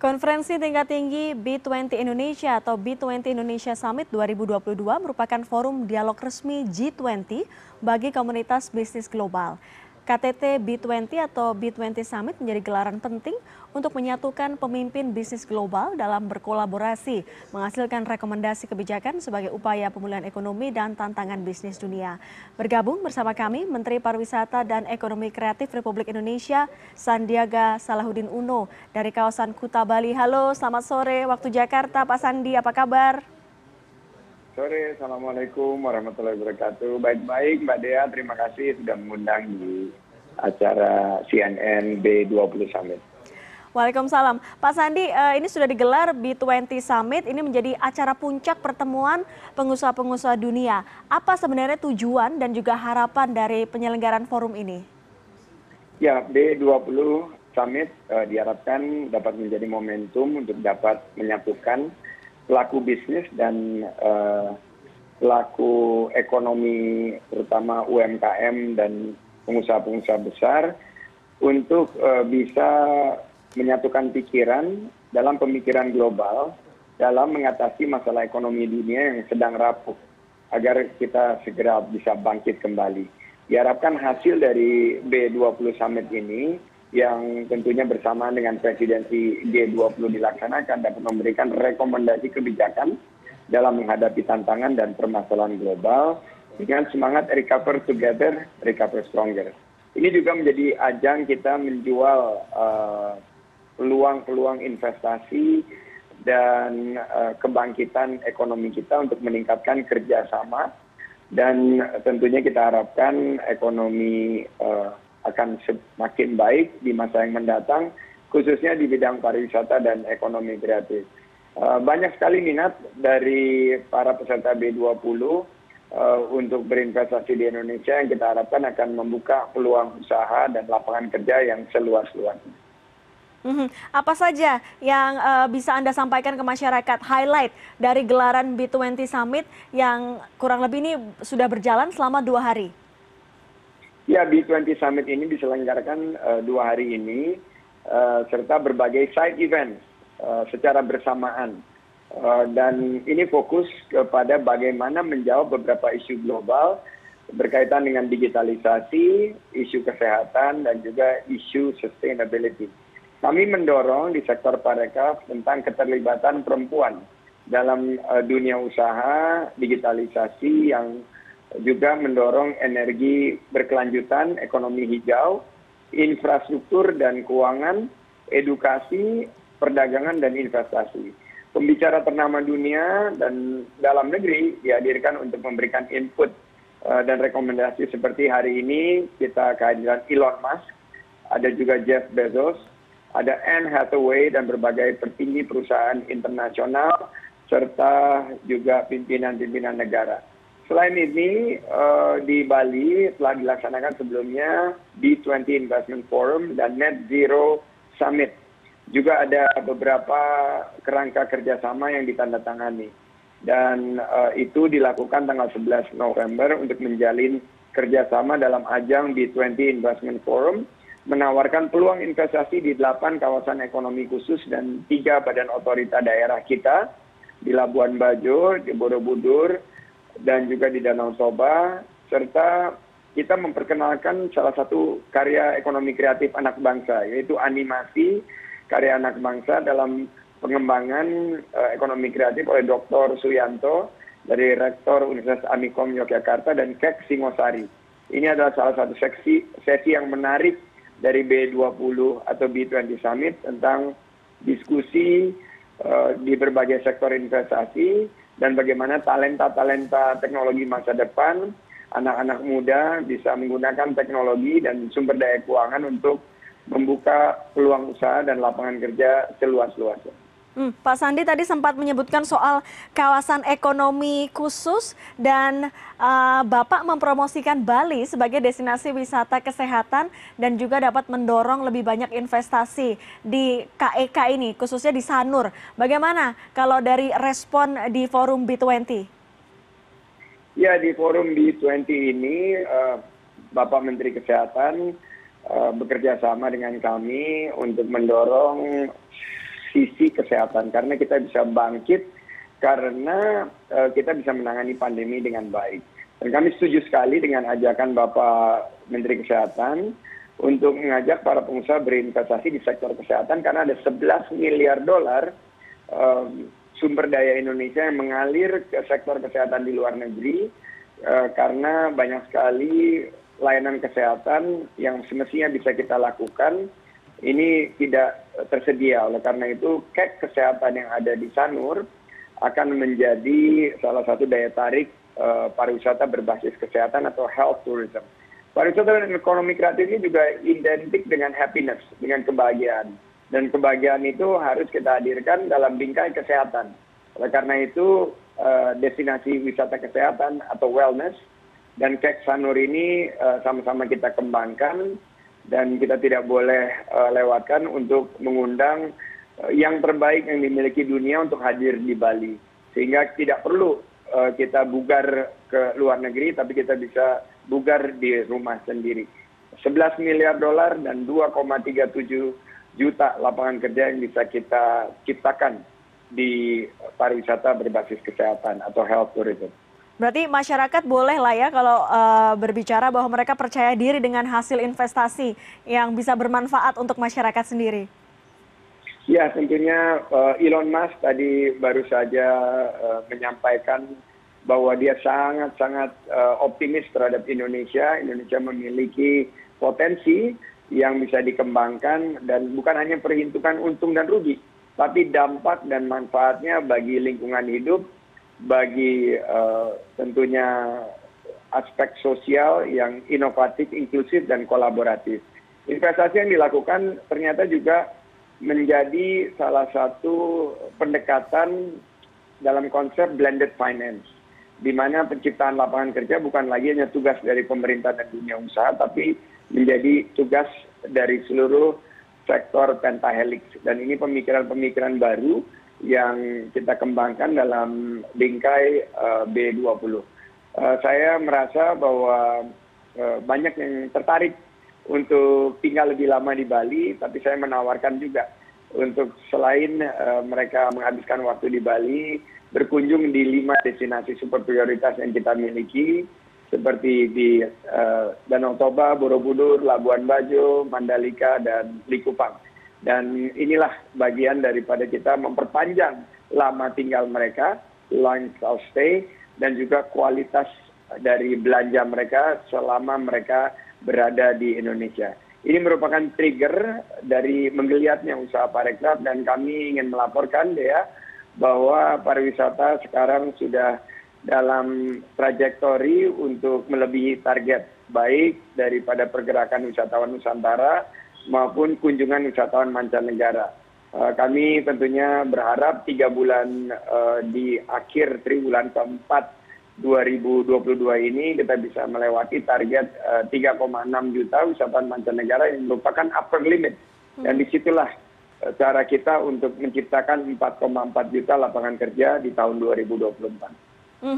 Konferensi tingkat tinggi B20 Indonesia atau B20 Indonesia Summit 2022 merupakan forum dialog resmi G20 bagi komunitas bisnis global. KTT B20 atau B20 Summit menjadi gelaran penting untuk menyatukan pemimpin bisnis global dalam berkolaborasi, menghasilkan rekomendasi kebijakan sebagai upaya pemulihan ekonomi dan tantangan bisnis dunia. Bergabung bersama kami Menteri Pariwisata dan Ekonomi Kreatif Republik Indonesia, Sandiaga Salahuddin Uno dari kawasan Kuta Bali. Halo, selamat sore waktu Jakarta, Pak Sandi, apa kabar? Sore, Assalamualaikum warahmatullahi wabarakatuh. Baik-baik Mbak Dea, terima kasih sudah mengundang di acara CNN B20 Summit. Waalaikumsalam. Pak Sandi, ini sudah digelar B20 Summit, ini menjadi acara puncak pertemuan pengusaha-pengusaha dunia. Apa sebenarnya tujuan dan juga harapan dari penyelenggaraan forum ini? Ya, B20 Summit diharapkan dapat menjadi momentum untuk dapat menyatukan pelaku bisnis dan pelaku ekonomi terutama UMKM dan pengusaha-pengusaha besar untuk bisa menyatukan pikiran dalam pemikiran global dalam mengatasi masalah ekonomi dunia yang sedang rapuh agar kita segera bisa bangkit kembali. Diharapkan hasil dari B20 Summit ini yang tentunya bersamaan dengan presidensi G20 dilaksanakan dapat memberikan rekomendasi kebijakan dalam menghadapi tantangan dan permasalahan global dengan semangat recover together, recover stronger. Ini juga menjadi ajang kita menjual peluang-peluang investasi dan kebangkitan ekonomi kita untuk meningkatkan kerjasama dan tentunya kita harapkan ekonomi akan semakin baik di masa yang mendatang, khususnya di bidang pariwisata dan ekonomi kreatif. Banyak sekali minat dari para peserta B20 untuk berinvestasi di Indonesia yang kita harapkan akan membuka peluang usaha dan lapangan kerja yang seluas-luasnya. Apa saja yang bisa Anda sampaikan ke masyarakat, highlight dari gelaran B20 Summit yang kurang lebih ini sudah berjalan selama 2 hari? Ya, B20 Summit ini diselenggarakan 2 hari ini serta berbagai side event secara bersamaan. Dan ini fokus kepada bagaimana menjawab beberapa isu global berkaitan dengan digitalisasi, isu kesehatan, dan juga isu sustainability. Kami mendorong di sektor parekraf tentang keterlibatan perempuan dalam dunia usaha, digitalisasi yang juga mendorong energi berkelanjutan, ekonomi hijau, infrastruktur dan keuangan, edukasi, perdagangan dan investasi. Pembicara ternama dunia dan dalam negeri dihadirkan untuk memberikan input dan rekomendasi seperti hari ini kita kehadiran Elon Musk, ada juga Jeff Bezos, ada Anne Hathaway dan berbagai petinggi perusahaan internasional serta juga pimpinan-pimpinan negara. Selain ini di Bali telah dilaksanakan sebelumnya B20 Investment Forum dan Net Zero Summit. Juga ada beberapa kerangka kerjasama yang ditandatangani. Dan itu dilakukan tanggal 11 November untuk menjalin kerjasama dalam ajang B20 Investment Forum, menawarkan peluang investasi di 8 kawasan ekonomi khusus dan 3 badan otorita daerah kita, di Labuan Bajo, di Borobudur, dan juga di Danau Toba, serta kita memperkenalkan salah satu karya ekonomi kreatif anak bangsa, yaitu animasi karya anak bangsa dalam pengembangan ekonomi kreatif oleh Dr. Suyanto dari Rektor Universitas Amikom Yogyakarta dan Kek Singosari. Ini adalah salah satu sesi yang menarik dari B20 atau B20 Summit tentang diskusi di berbagai sektor investasi dan bagaimana talenta-talenta teknologi masa depan, anak-anak muda bisa menggunakan teknologi dan sumber daya keuangan untuk membuka peluang usaha dan lapangan kerja seluas-luasnya. Pak Sandi tadi sempat menyebutkan soal kawasan ekonomi khusus dan Bapak mempromosikan Bali sebagai destinasi wisata kesehatan dan juga dapat mendorong lebih banyak investasi di KEK ini, khususnya di Sanur. Bagaimana kalau dari respon di forum B20? Ya, di forum B20 ini Bapak Menteri Kesehatan bekerja sama dengan kami untuk mendorong sisi kesehatan, karena kita bisa bangkit karena kita bisa menangani pandemi dengan baik. Dan kami setuju sekali dengan ajakan Bapak Menteri Kesehatan untuk mengajak para pengusaha berinvestasi di sektor kesehatan, karena ada 11 miliar dolar sumber daya Indonesia yang mengalir ke sektor kesehatan di luar negeri, karena banyak sekali layanan kesehatan yang semestinya bisa kita lakukan ini tidak tersedia. Oleh karena itu, kek kesehatan yang ada di Sanur akan menjadi salah satu daya tarik pariwisata berbasis kesehatan atau health tourism. Pariwisata dan ekonomi kreatif ini juga identik dengan happiness, dengan kebahagiaan. Dan kebahagiaan itu harus kita hadirkan dalam bingkai kesehatan. Oleh karena itu, destinasi wisata kesehatan atau wellness dan kek Sanur ini sama-sama kita kembangkan, dan kita tidak boleh lewatkan untuk mengundang yang terbaik yang dimiliki dunia untuk hadir di Bali. Sehingga tidak perlu kita bugar ke luar negeri, tapi kita bisa bugar di rumah sendiri. 11 miliar dolar dan 2,37 juta lapangan kerja yang bisa kita ciptakan di pariwisata berbasis kesehatan atau health tourism. Berarti masyarakat boleh lah ya kalau berbicara bahwa mereka percaya diri dengan hasil investasi yang bisa bermanfaat untuk masyarakat sendiri. Ya, tentunya Elon Musk tadi baru saja menyampaikan bahwa dia sangat-sangat optimis terhadap Indonesia. Indonesia memiliki potensi yang bisa dikembangkan, dan bukan hanya perhitungan untung dan rugi, tapi dampak dan manfaatnya bagi lingkungan hidup, bagi tentunya aspek sosial yang inovatif, inklusif, dan kolaboratif. Investasi yang dilakukan ternyata juga menjadi salah satu pendekatan dalam konsep blended finance, di mana penciptaan lapangan kerja bukan lagi hanya tugas dari pemerintah dan dunia usaha, tapi menjadi tugas dari seluruh sektor pentahelix. Dan ini pemikiran-pemikiran baru yang kita kembangkan dalam bingkai B20. Saya merasa bahwa banyak yang tertarik untuk tinggal lebih lama di Bali, tapi saya menawarkan juga untuk selain mereka menghabiskan waktu di Bali, berkunjung di 5 destinasi super prioritas yang kita miliki, seperti di Danau Toba, Borobudur, Labuan Bajo, Mandalika, dan Likupang. Dan inilah bagian daripada kita memperpanjang lama tinggal mereka, length of stay, dan juga kualitas dari belanja mereka selama mereka berada di Indonesia. Ini merupakan trigger dari menggeliatnya usaha Parekraf, dan kami ingin melaporkan Dea bahwa pariwisata sekarang sudah dalam trajektori untuk melebihi target, baik daripada pergerakan wisatawan Nusantara maupun kunjungan wisatawan mancanegara. Kami tentunya berharap 3 bulan di akhir triwulan keempat 2022 ini kita bisa melewati target 3,6 juta wisatawan mancanegara yang merupakan upper limit. Dan disitulah cara kita untuk menciptakan 4,4 juta lapangan kerja di tahun 2024.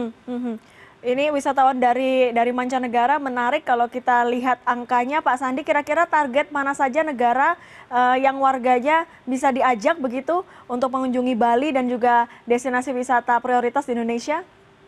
Ini wisatawan dari mancanegara menarik kalau kita lihat angkanya, Pak Sandi. Kira-kira target mana saja negara yang warganya bisa diajak begitu untuk mengunjungi Bali dan juga destinasi wisata prioritas di Indonesia?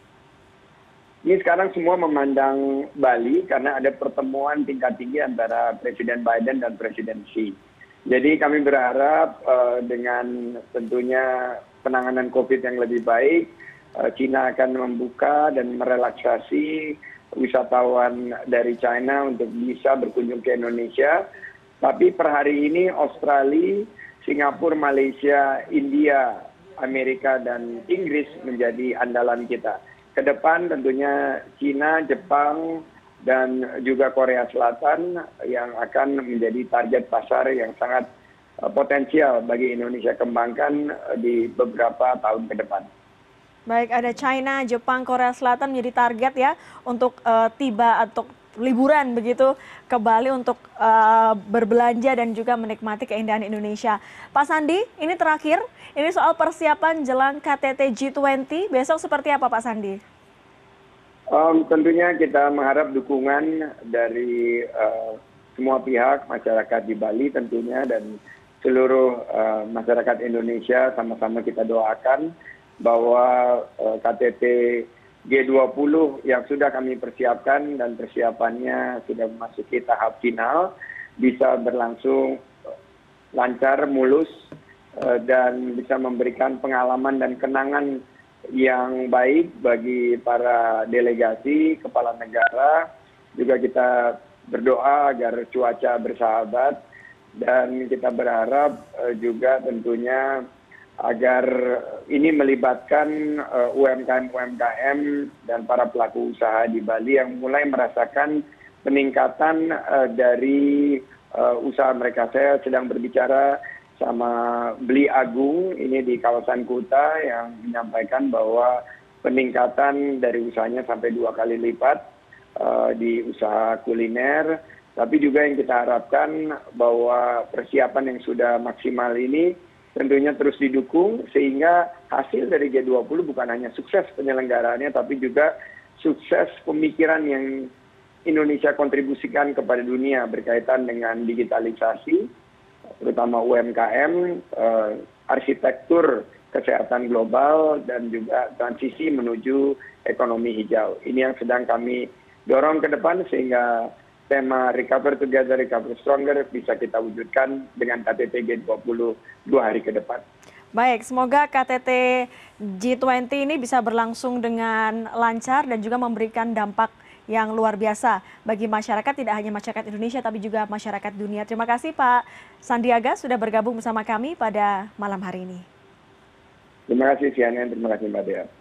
Ini sekarang semua memandang Bali karena ada pertemuan tingkat tinggi antara Presiden Biden dan Presiden Xi. Jadi kami berharap dengan tentunya penanganan COVID yang lebih baik, China akan membuka dan merelaksasi wisatawan dari China untuk bisa berkunjung ke Indonesia. Tapi per hari ini Australia, Singapura, Malaysia, India, Amerika, dan Inggris menjadi andalan kita. Ke depan tentunya China, Jepang, dan juga Korea Selatan yang akan menjadi target pasar yang sangat potensial bagi Indonesia kembangkan di beberapa tahun ke depan. Baik, ada China, Jepang, Korea Selatan menjadi target ya untuk tiba atau liburan begitu ke Bali untuk berbelanja dan juga menikmati keindahan Indonesia. Pak Sandi, ini terakhir, ini soal persiapan jelang KTT G20, besok seperti apa Pak Sandi? Tentunya kita mengharap dukungan dari semua pihak, masyarakat di Bali tentunya, dan seluruh masyarakat Indonesia sama-sama kita doakan bahwa KTT G20 yang sudah kami persiapkan dan persiapannya sudah memasuki tahap final bisa berlangsung lancar, mulus, dan bisa memberikan pengalaman dan kenangan yang baik bagi para delegasi, kepala negara. Juga kita berdoa agar cuaca bersahabat dan kita berharap juga tentunya agar ini melibatkan UMKM-UMKM dan para pelaku usaha di Bali yang mulai merasakan peningkatan dari usaha mereka. Saya sedang berbicara sama Beli Agung ini di kawasan Kuta yang menyampaikan bahwa peningkatan dari usahanya sampai 2 kali lipat di usaha kuliner. Tapi juga yang kita harapkan bahwa persiapan yang sudah maksimal ini tentunya terus didukung sehingga hasil dari G20 bukan hanya sukses penyelenggaraannya tapi juga sukses pemikiran yang Indonesia kontribusikan kepada dunia berkaitan dengan digitalisasi, terutama UMKM, arsitektur kesehatan global, dan juga transisi menuju ekonomi hijau. Ini yang sedang kami dorong ke depan sehingga tema Recover Together, Recover Stronger bisa kita wujudkan dengan KTT G20 2 hari ke depan. Baik, semoga KTT G20 ini bisa berlangsung dengan lancar dan juga memberikan dampak yang luar biasa bagi masyarakat, tidak hanya masyarakat Indonesia tapi juga masyarakat dunia. Terima kasih Pak Sandiaga sudah bergabung bersama kami pada malam hari ini. Terima kasih CNN, terima kasih Mbak Dea.